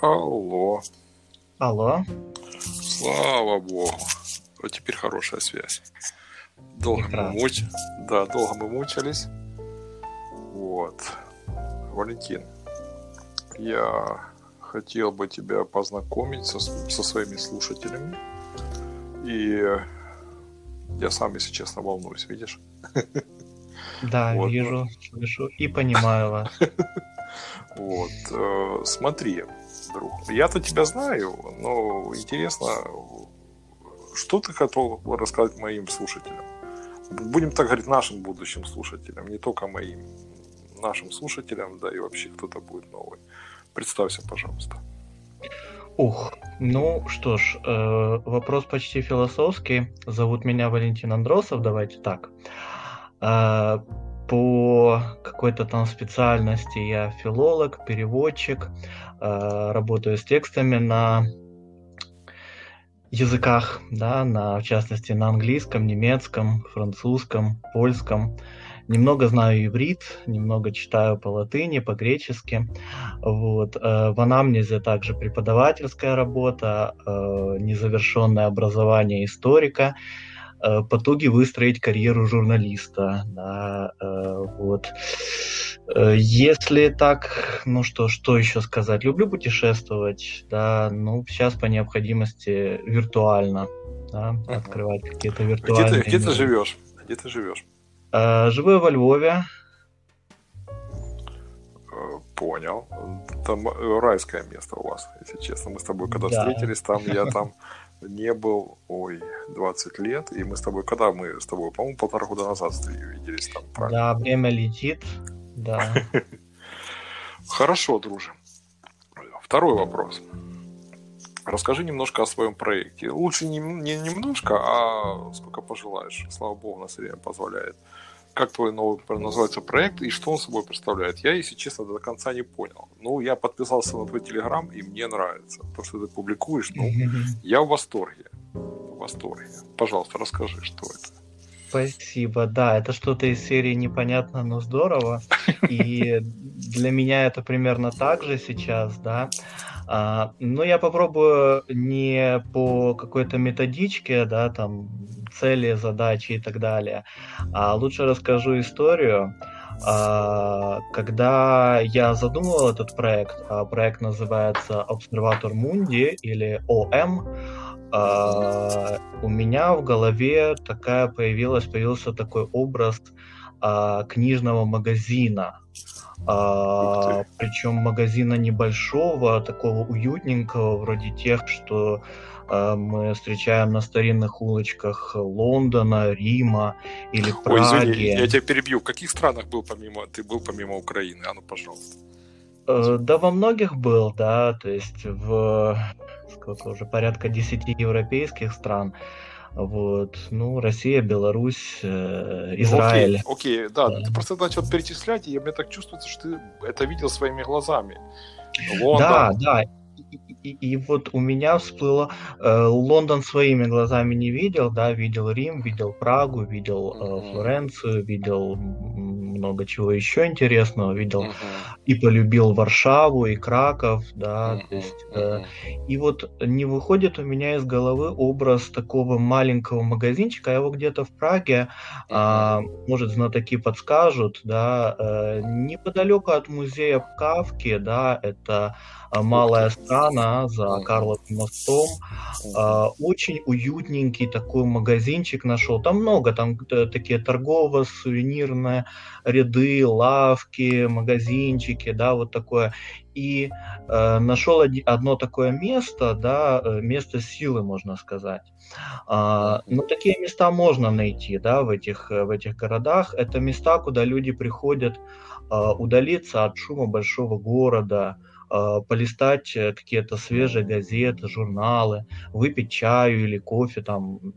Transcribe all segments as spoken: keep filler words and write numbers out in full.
Алло. Алло. Слава богу. Вот теперь хорошая связь. Долго мы, муч... да, долго мы мучились. Вот. Валентин, я хотел бы тебя познакомить со, со своими слушателями. И я сам, если честно, волнуюсь, видишь? Да, вот. Вижу, слышу и понимаю вас. Вот. Смотри, друг, я-то тебя знаю, но интересно, что ты хотел рассказать моим слушателям? Будем так говорить, нашим будущим слушателям, не только моим, нашим слушателям, да и вообще кто-то будет новый. Представься, пожалуйста. Ух, ну что ж, э, вопрос почти философский. Зовут меня Валентин Андросов, давайте так. Э, по какой-то там специальности я филолог, переводчик, э, работаю с текстами на языках, да, на, в частности на английском, немецком, французском, польском. Немного знаю иврит, немного читаю по латыни, по-гречески. Вот. В анамнезе также преподавательская работа, незавершенное образование историка, потуги выстроить карьеру журналиста. Да, вот. Если так, ну что, что еще сказать? Люблю путешествовать, да, ну сейчас по необходимости виртуально, да, uh-huh. открывать какие-то виртуальные. Где ты, где ты живешь? Где ты живешь? Живу я во Львове. Понял. Там райское место у вас, если честно. Мы с тобой когда да. встретились, там я там не был, ой, двадцать лет. И мы с тобой, когда мы с тобой, по-моему, полтора года назад виделись там, правильно? Да, время летит, да. Хорошо, друже. Второй вопрос. Расскажи немножко о своем проекте. Лучше не, не немножко, а сколько пожелаешь. Слава богу, нас время позволяет. Как твой новый называется проект и что он собой представляет? Я, если честно, до конца не понял. Ну, я подписался на твой телеграм, и мне нравится. То, что ты публикуешь, ну, я в восторге. В восторге. Пожалуйста, расскажи, что это. Спасибо. Да, это что-то из серии «Непонятно, но здорово». И для меня это примерно так же сейчас, да. А, но я попробую не по какой-то методичке, да, там, цели, задачи и так далее, а лучше расскажу историю. А, когда я задумывал этот проект, а проект называется «Обсерватор Мунди» или ОМ, Uh, у меня в голове такая появилась, появился такой образ uh, книжного магазина. Uh, причем магазина небольшого, такого уютненького, вроде тех, что uh, мы встречаем на старинных улочках Лондона, Рима или Праги. Ой, извини, я тебя перебью. В каких странах был помимо, ты был помимо Украины? А ну, пожалуйста. Uh, да, во многих был, да, то есть в... сколько уже, порядка десяти европейских стран. Вот. Ну, Россия, Беларусь, э, Израиль. Окей, окей, да, да. Ты просто начал перечислять, и мне так чувствуется, что ты это видел своими глазами. Лондон. Да, да. И, и, и вот у меня всплыло, э, Лондон своими глазами не видел, да, видел Рим, видел Прагу, видел э, uh-huh. Флоренцию, видел много чего еще интересного, видел uh-huh. и полюбил Варшаву, и Краков, да, uh-huh. то есть, э, uh-huh. и вот не выходит у меня из головы образ такого маленького магазинчика, я его где-то в Праге, uh-huh. э, может, знатоки подскажут, да, э, неподалеку от музея Кафки, да, это малая страна за Карловым мостом. Uh, очень уютненький такой магазинчик нашел. Там много, там такие торгово-сувенирные ряды, лавки, магазинчики, да, вот такое. И uh, нашел одно такое место, да, место силы, можно сказать. Uh, но такие места можно найти, да, в этих, в этих городах. Это места, куда люди приходят uh, удалиться от шума большого города, полистать какие-то свежие газеты, журналы, выпить чаю или кофе, там,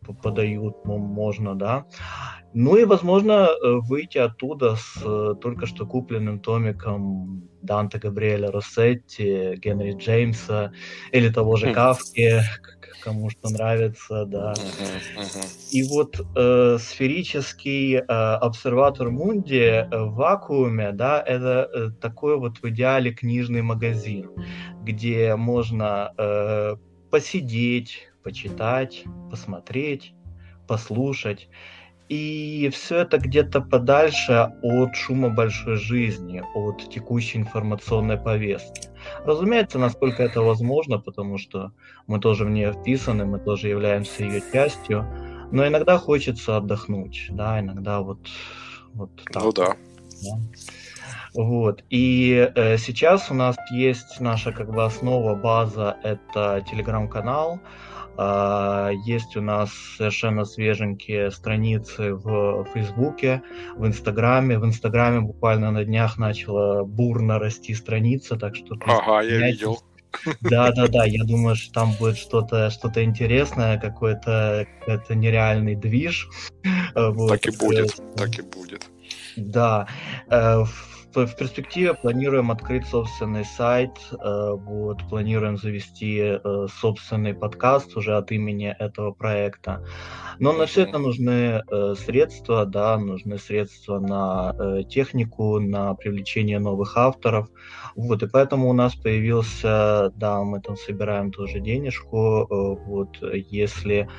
подают, можно, да. Ну и, возможно, выйти оттуда с только что купленным томиком Данте Габриэля Россетти, Генри Джеймса или того же Кафки, кому что нравится, да. Мгм, мгм. И вот э, сферический э, обсерватор Мунди в вакууме, да, это э, такой вот в идеале книжный магазин, где можно э, посидеть, почитать, посмотреть, послушать. И все это где-то подальше от шума большой жизни, от текущей информационной повестки. Разумеется, насколько это возможно, потому что мы тоже в нее вписаны, мы тоже являемся ее частью, но иногда хочется отдохнуть, да, иногда вот, вот так. Ну да. Да. Вот. И э, сейчас у нас есть наша как бы основа, база, это телеграм-канал. Uh, есть у нас совершенно свеженькие страницы в Фейсбуке, в Инстаграме. В Инстаграме буквально на днях начала бурно расти страница, так что... Ага, я видел. Да-да-да, я думаю, что там будет что-то, что-то интересное, какой-то, какой-то нереальный движ. Вот. Так и будет, так и будет. Да. В, в перспективе планируем открыть собственный сайт, вот, планируем завести собственный подкаст уже от имени этого проекта. Но на все это нужны средства, да, нужны средства на технику, на привлечение новых авторов. Вот, и поэтому у нас появился, да, мы там собираем тоже денежку, вот, если...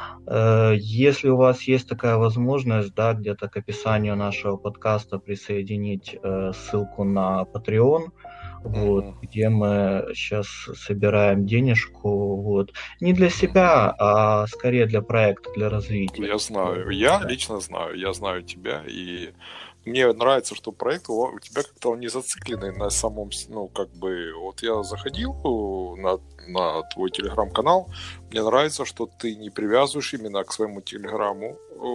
Если у вас есть такая возможность, да, где-то к описанию нашего подкаста присоединить э, ссылку на Patreon, вот, mm-hmm. где мы сейчас собираем денежку, вот, не для себя, а скорее для проекта, для развития. Я знаю, я лично знаю, я знаю тебя, и мне нравится, что проект у тебя как-то он не зацикленный на самом, ну, как бы, вот я заходил на, на твой телеграм-канал, мне нравится, что ты не привязываешь именно к своему телеграмму,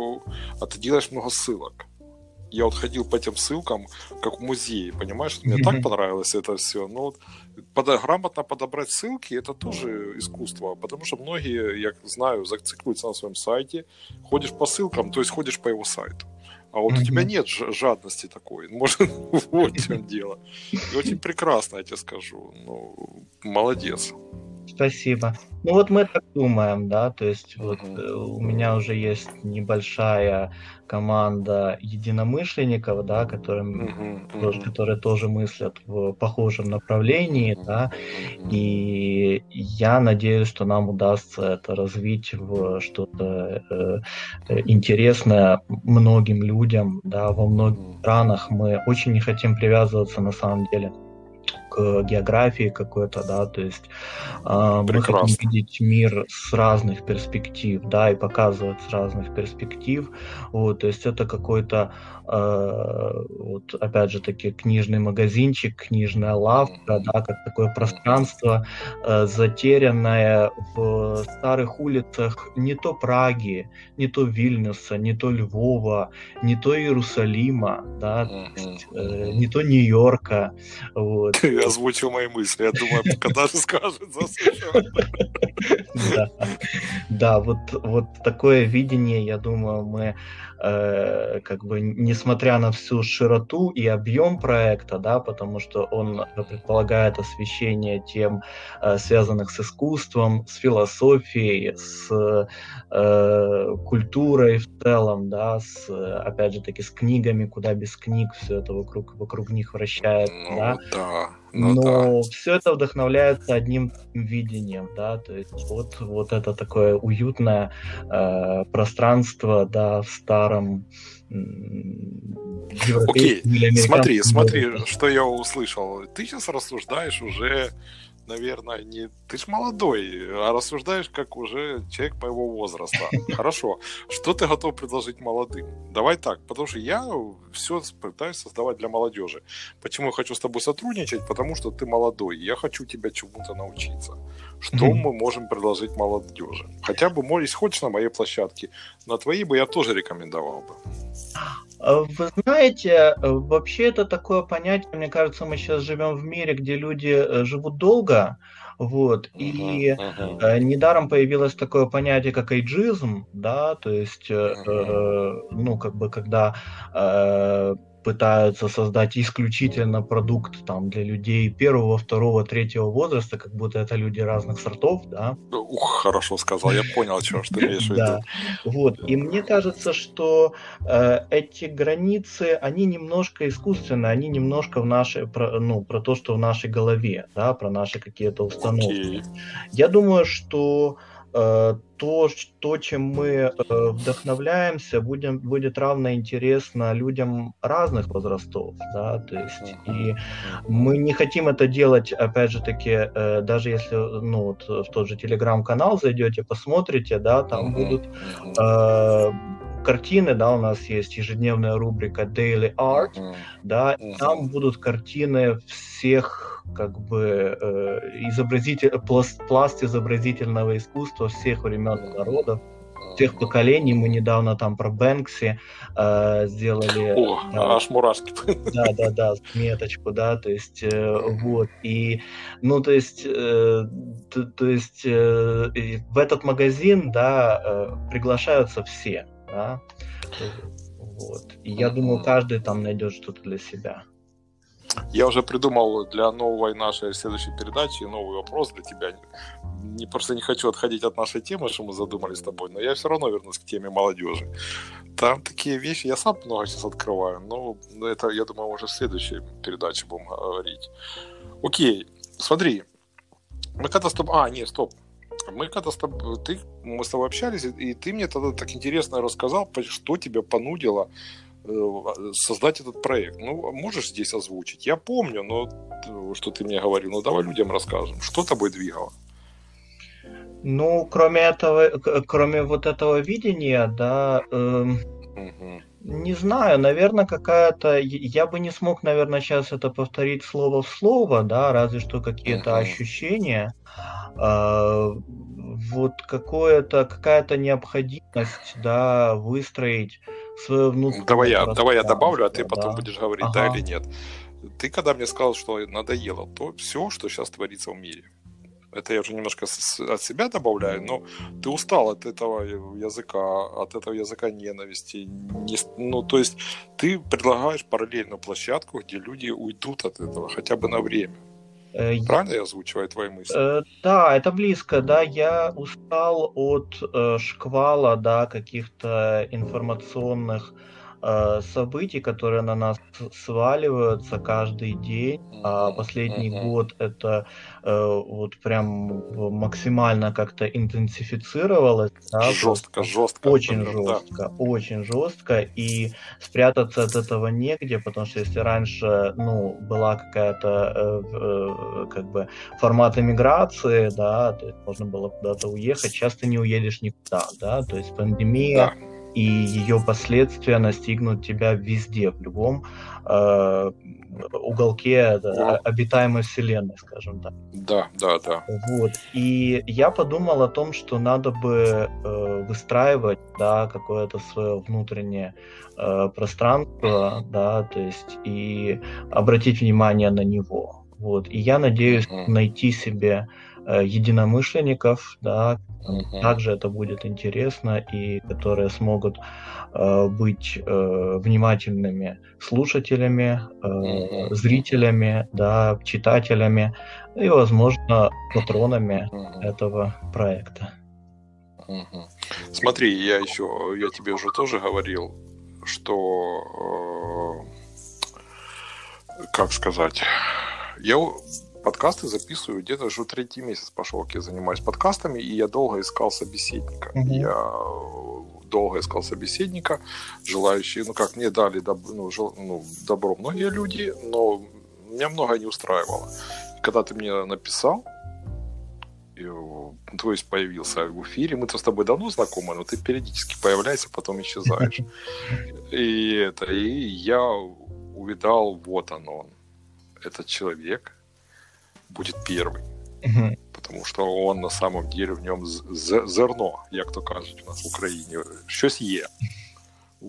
а ты делаешь много ссылок. Я вот ходил по этим ссылкам, как в музее, понимаешь? Мне так понравилось это все. Но вот под, грамотно подобрать ссылки, это тоже искусство, потому что многие, я знаю, зацикливаются на своем сайте, ходишь по ссылкам, то есть ходишь по его сайту. А вот mm-hmm. у тебя нет жадности такой. Может, вот в чем дело. И очень прекрасно, я тебе скажу. Ну, молодец. Спасибо. Ну вот мы так думаем, да, то есть вот uh-huh. у меня уже есть небольшая команда единомышленников, да, которым, uh-huh. Uh-huh. которые тоже мыслят в похожем направлении, uh-huh. да, uh-huh. и я надеюсь, что нам удастся это развить в что-то э, интересное многим людям, да, во многих uh-huh. странах. Мы очень не хотим привязываться на самом деле к географии какой-то, да, то есть э, мы хотим видеть мир с разных перспектив, да, и показывать с разных перспектив, вот, то есть это какой-то, э, вот, опять же таки, книжный магазинчик, книжная лавка, да, как такое пространство, э, затерянное в старых улицах не то Праги, не то Вильнюса, не то Львова, не то Иерусалима, да, то есть, э, не то Нью-Йорка, вот. Ты озвучил мои мысли, я думаю, когда же скажет, заслышал. Да, да, вот, вот такое видение, я думаю, мы э, как бы, несмотря на всю широту и объем проекта, да, потому что он предполагает освещение тем, э, связанных с искусством, с философией, с э, культурой в целом, да, с, опять же таки, с книгами, куда без книг, все это вокруг, вокруг них вращается, ну, да. да. Ну, Но да. все это вдохновляется одним видением, да, то есть вот, вот это такое уютное э, пространство, да, в старом европейском Окей, или американском смотри, смотри, городе. что я услышал. Ты сейчас рассуждаешь уже, наверное, не... Ты ж молодой, а рассуждаешь как уже человек моего возраста. Хорошо. Что ты готов предложить молодым? Давай так, потому что я все пытаюсь создавать для молодежи. Почему я хочу с тобой сотрудничать? Потому что ты молодой, я хочу тебя чему-то научиться. Что mm-hmm. мы можем предложить молодежи? Хотя бы, если хочешь, на моей площадке. На твоей бы я тоже рекомендовал бы. Вы знаете, вообще это такое понятие, мне кажется, мы сейчас живем в мире, где люди живут долго, вот, Угу, и угу, э, недаром появилось такое понятие, как эйджизм, да, то есть, э, угу. э, ну, как бы, когда э, пытаются создать исключительно продукт там для людей первого, второго, третьего возраста, как будто это люди разных сортов, да. Ух, хорошо сказал, я понял, что ты имеешь в Да, виду. вот. И мне кажется, что э, эти границы, они немножко искусственные, они немножко в нашей, про, ну, про то, что в нашей голове, да, про наши какие-то установки. Окей. Я думаю, что э, то, ш- то, чем мы э, вдохновляемся, будем, будет равно интересно людям разных возрастов, да, то есть, Угу, и угу, мы не хотим это делать, опять же таки, э, даже если, ну, вот в тот же телеграм-канал зайдете, посмотрите, да, там угу, будут угу, э, картины, да, у нас есть ежедневная рубрика Daily Art, угу, да, и угу. там будут картины всех, как бы, э, изобразитель, пласт, пласт изобразительного искусства всех времен и народов, всех поколений. Мы недавно там про Бэнкси э, сделали, О, да, аж мурашки. да, да, да, меточку, да, то есть, э, Мгм. вот, и, ну, то есть, э, то, то есть, э, и в этот магазин, да, э, приглашаются все, да, вот, и я думаю, Мгм. каждый там найдет что-то для себя. Я уже придумал для новой нашей следующей передачи новый вопрос для тебя. Не, просто не хочу отходить от нашей темы, что мы задумали с тобой, но я все равно вернусь к теме молодежи. Там такие вещи, я сам много сейчас открываю, но это, я думаю, уже в следующей передаче будем говорить. Окей, смотри, мы когда с тобой... А, нет, стоп. Мы когда с тобой... Ты... Мы с тобой общались, и ты мне тогда так интересно рассказал, что тебя понудило создать этот проект. Ну, можешь здесь озвучить? Я помню, но что ты мне говорил. Ну, давай людям расскажем. Что тобой двигало? Ну, кроме этого, к- кроме вот этого видения, да, эм, Угу. не знаю, наверное, какая-то... я я бы не смог, наверное, сейчас это повторить слово в слово, да, разве что какие-то Угу. ощущения. А, вот какое-то, какая-то необходимость, да, выстроить свое Давай внутреннее я, давай я добавлю, а ты пространство, потом да. будешь говорить, да Ага. или нет. Ты когда мне сказал, что надоело то все, что сейчас творится в мире. Это я уже немножко от себя добавляю, но ты устал от этого языка, от этого языка ненависти. Не, ну, то есть ты предлагаешь параллельную площадку, где люди уйдут от этого хотя бы на время. Э, я- Правильно я озвучиваю твои мысли? э, да, это близко, да. Я устал от э, шквала, да, каких-то информационных э, событий, которые на нас с- сваливаются каждый день. А Угу, последний угу, год это э, вот прям максимально как-то интенсифицировалось, да, жестко, просто жестко, очень прям, да. жестко, очень жестко, и спрятаться от этого негде, потому что если раньше, ну, была какая-то э, в- э, как бы формат эмиграции, да, то есть можно было куда-то уехать, сейчас ты не уедешь никуда, да, то есть пандемия Да. и ее последствия настигнут тебя везде, в любом э, уголке да, О, обитаемой вселенной, скажем так. да, да, да. Вот. И я подумал о том, что надо бы э, выстраивать, да, какое-то свое внутреннее э, пространство, да, то есть и обратить внимание на него. Вот. И я надеюсь Угу, найти себе э, единомышленников, да, которым угу, также это будет интересно и которые смогут э, быть э, внимательными слушателями, угу, э, зрителями, да, читателями и, возможно, патронами угу, этого проекта. угу. Смотри, я еще, я тебе уже тоже говорил, что, э, как сказать, я подкасты записываю где-то уже третий месяц пошел, как я занимаюсь подкастами, и я долго искал собеседника. Мгм. Я долго искал собеседника, желающие, ну как, мне дали доб, ну, жел, ну, добро многие люди, но меня многое не устраивало. И когда ты мне написал, и, то есть появился в эфире, мы-то с тобой давно знакомы, но ты периодически появляешься, потом исчезаешь. И это, и я увидал, вот он, он, этот человек будет первый. Мгм. Потому что он на самом деле в нем з- зерно, як то кажуть у нас в Україні, щось є. От.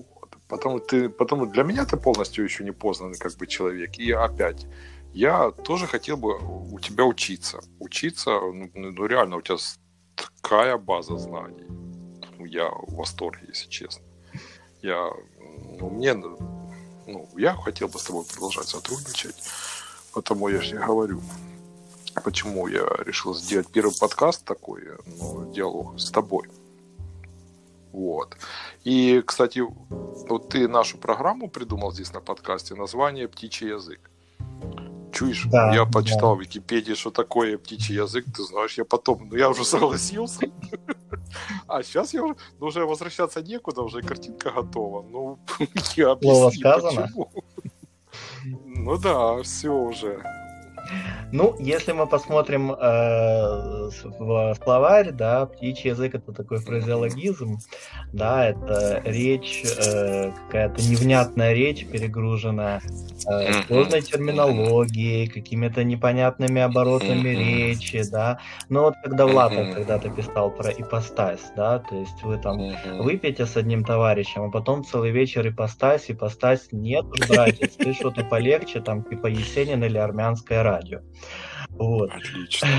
Потому, ты, потому для меня ты полностью еще не познанный как бы человек. И опять, я тоже хотел бы у тебя учиться. Учиться, ну, ну реально, у тебя такая база знаний. Я в восторге, если честно. Я, ну, мне, ну, я хотел бы с тобой продолжать сотрудничать. Потому я же не говорю, почему я решил сделать первый подкаст такой, ну, диалог с тобой. Вот. И, кстати, вот ты нашу программу придумал здесь на подкасте, название «Птичий язык». Чуешь? Да, я почитал да. в Википедии, что такое птичий язык, ты знаешь, я потом, ну я уже согласился, а сейчас я уже, ну уже возвращаться некуда, уже картинка готова, ну я объясни, почему. Ну да, все уже. Ну, если мы посмотрим э, в словарь, да, птичий язык — это такой фразеологизм, да, это речь, э, какая-то невнятная речь, перегруженная э, сложной терминологией, какими-то непонятными оборотами речи, да. Но вот когда Влатов когда-то писал про ипостась, да, то есть вы там выпьете с одним товарищем, а потом целый вечер ипостась, ипостась нет уж, братец, ты что-то полегче, там, типа Есенин или Армянское радио. Вот. Отлично.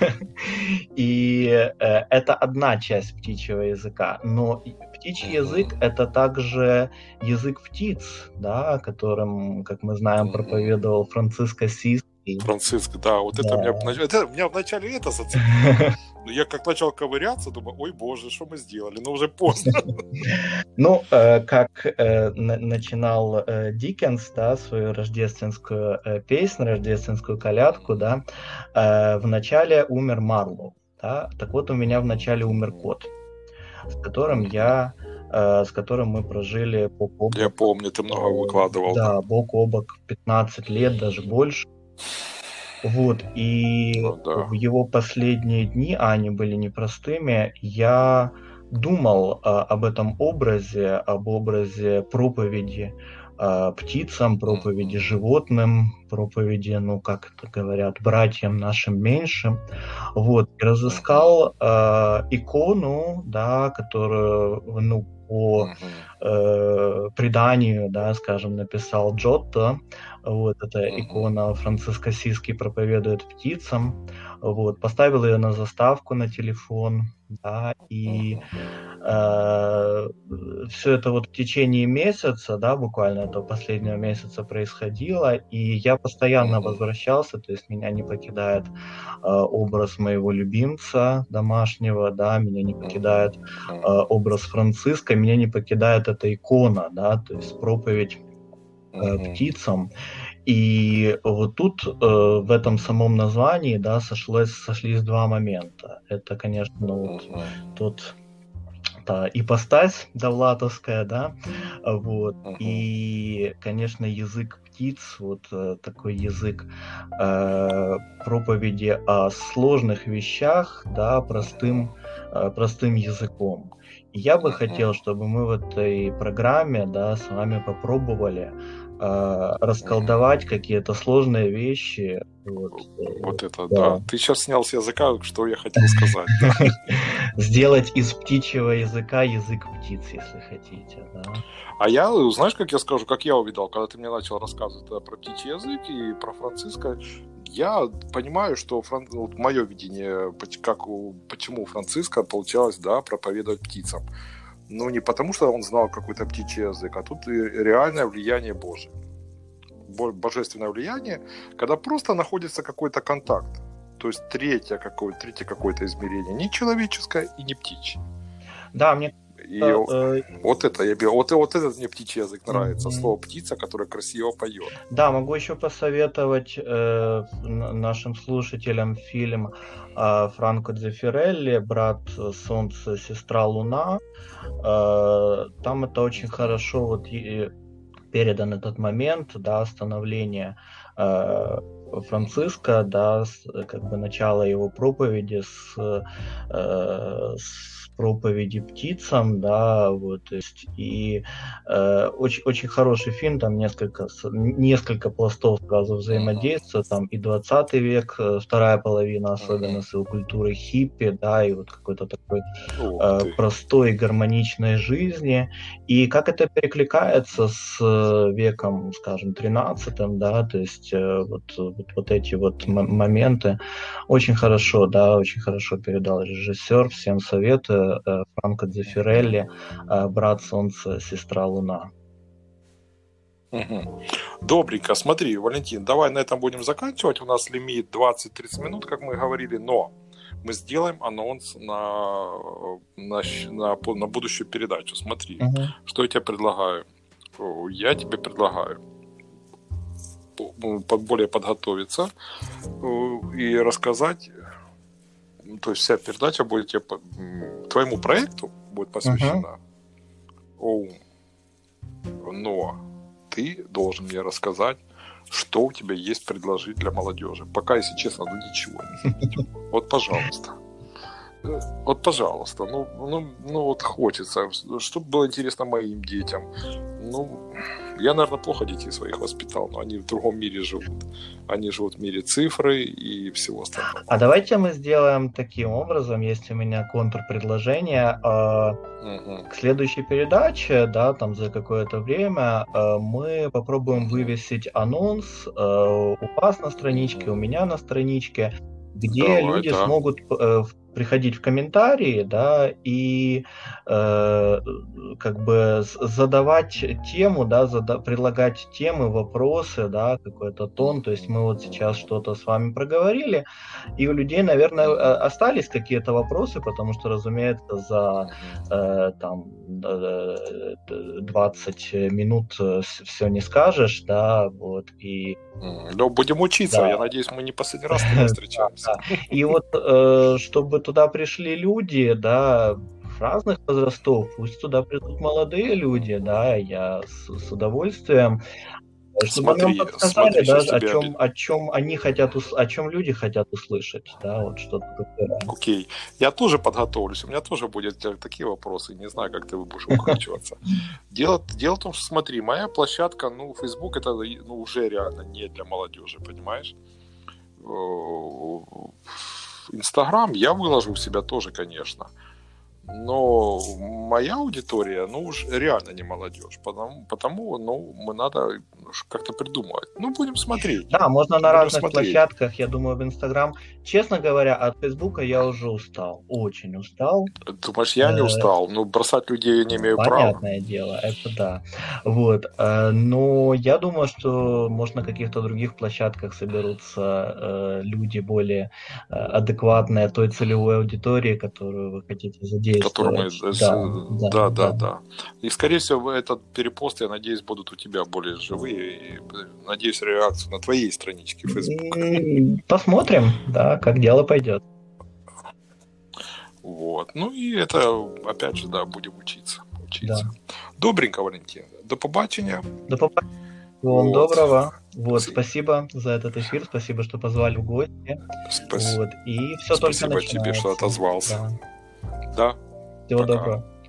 И э, это одна часть птичьего языка, но птичий язык — это также язык птиц, да, которым, как мы знаем, проповедовал Франциск Ассизский. Франциск, да, вот да. Это, меня, это меня вначале это зацепило. Но я как начал ковыряться, думаю, ой боже, что мы сделали, но уже поздно. Ну, как начинал Диккенс, да, свою рождественскую песню, рождественскую колядку, да, вначале умер Марлоу, да, так вот у меня вначале умер кот, с которым я, с которым мы прожили бок о бок. Я помню, ты много выкладывал. Да, да, бок о бок пятнадцать лет, даже больше. Вот, и ну, да. в его последние дни, а они были непростыми, я думал а, об этом образе, об образе проповеди а, птицам, проповеди животным, проповеди, ну, как это говорят, братьям нашим меньшим. Вот, и разыскал а, икону, да, которую, ну, по э, преданию, да, скажем, написал Джотто. Вот, это икона Франциск Ассизский проповедует птицам. Вот, поставил ее на заставку на телефон, да, и э, все это вот в течение месяца, да, буквально этого последнего месяца происходило, и я постоянно возвращался, то есть меня не покидает э, образ моего любимца домашнего, да, меня не покидает э, образ Франциска, меня не покидает эта икона, да, то есть проповедь э, птицам. И вот тут э, в этом самом названии, да, сошлось, сошлись два момента. Это, конечно, вот тот та ипостась довлатовская, да, вот, и, конечно, язык птиц, вот э, такой язык э, проповеди о сложных вещах, да, простым, э, простым языком. И я бы хотел, чтобы мы в этой программе, да, с вами попробовали э, расколдовать какие-то сложные вещи. Вот, вот это, да. да. Ты сейчас снял с языка, что я хотел сказать. Сделать из птичьего языка язык птиц, если хотите, да. А я, знаешь, как я скажу, как я увидел, когда ты мне начал рассказывать про птичий язык и про Франциска, я понимаю, что фран... вот мое видение, как у... почему у Франциска получалось, да, проповедовать птицам. Ну, не потому, что он знал какой-то птичий язык, а тут и реальное влияние Божие. Божественное влияние, когда просто находится какой-то контакт. То есть третье какое-то, третье какое-то измерение, не человеческое и не птичье. Да, мне и э, вот это я вот, вот этот мне птичий язык нравится, mm-hmm. слово птица, которое красиво поет. Да, могу еще посоветовать э, нашим слушателям фильм э, Франко Дзеффирелли «Брат Солнце, сестра Луна». Э, там это очень хорошо вот и, передан этот момент, да, становления э, Франциска, да, с, как бы начало его проповеди с, э, с проповеди птицам, да, вот, то есть, и э, очень, очень хороший фильм, там несколько, несколько пластов сразу взаимодействия, там и двадцатый век, вторая половина, особенно uh-huh. с его культурой хиппи, да, и вот какой-то такой uh, э, простой гармоничной жизни, и как это перекликается с веком, скажем, тринадцатым, да, то есть э, вот, вот, вот эти вот м- моменты очень хорошо, да, очень хорошо передал режиссер, всем советую, э, Франко Дзеффирелли, э, «Брат Солнце, сестра Луна». Угу. Добренько, смотри, Валентин, давай на этом будем заканчивать. У нас лимит двадцать-тридцать минут, как мы говорили, но мы сделаем анонс на, на, на, на будущую передачу. Смотри, угу. что я тебе предлагаю. Я тебе предлагаю более подготовиться и рассказать, то есть вся передача будет тебе, твоему проекту будет посвящена. Угу. Но ты должен мне рассказать, что у тебя есть предложить для молодежи. Пока, если честно, ну ничего не. Вот, пожалуйста. Вот, пожалуйста. Ну, ну, ну вот хочется, чтобы было интересно моим детям. Ну, я, наверное, плохо детей своих воспитал, но они в другом мире живут. Они живут в мире цифры и всего остального. А давайте мы сделаем таким образом, есть у меня контрпредложение. Угу. К следующей передаче, да, там за какое-то время мы попробуем вывесить анонс у вас на страничке, у меня на страничке, где Давай, люди да. смогут э, приходить в комментарии, да, и э, как бы задавать тему, да, зада- предлагать темы, вопросы, да, какой-то тон. То есть мы вот сейчас что-то с вами проговорили, и у людей, наверное, остались какие-то вопросы, потому что, разумеется, за э, там двадцать минут все не скажешь, да, вот, и... Но будем учиться, да. Я надеюсь, мы не последний раз с тобой встречаемся. И вот, э, чтобы туда пришли люди, да, разных возрастов, пусть туда придут молодые люди, да, я с, с удовольствием, чтобы смотри, нам подсказали, смотри, да, о тебе... чем, о чем они хотят, о чем люди хотят услышать, да, вот что-то такое. Окей, я тоже подготовлюсь, у меня тоже будут такие вопросы, не знаю, как ты будешь укручиваться. Дело, дело в том, что смотри, моя площадка, ну, Facebook это ну, уже реально не для молодежи, понимаешь? Инстаграм я выложу в себя тоже, конечно. Но моя аудитория, ну, уж реально не молодежь. Потому, потому ну, мы надо как-то придумывать. Ну, будем смотреть. Да, можно на будем разных смотреть. площадках, я думаю, в Инстаграм. Честно говоря, от Фейсбука я уже устал. Очень устал. Думаешь, я не устал? Ну, бросать людей я не имею Понятное права. Понятное дело, это да. Вот. Но я думаю, что, может, на каких-то других площадках соберутся люди более адекватные той целевой аудитории, которую вы хотите задействовать. Мы... Да, да, да, да, да. И, скорее всего, этот перепост, я надеюсь, будут у тебя более живые. И, надеюсь, реакцию на твоей страничке в Facebook. Посмотрим, да, как дело пойдет. Вот. Ну и это, опять же, да, будем учиться. учиться. Да. Добренько, Валентин. До побачення. До побачення. Всего вот. Доброго. Вот, спасибо за этот эфир, спасибо, что позвали в гости. Спасибо. Вот. И все спасибо только начинается. тебе, что отозвался. Да. да. Всего Пока. Доброго.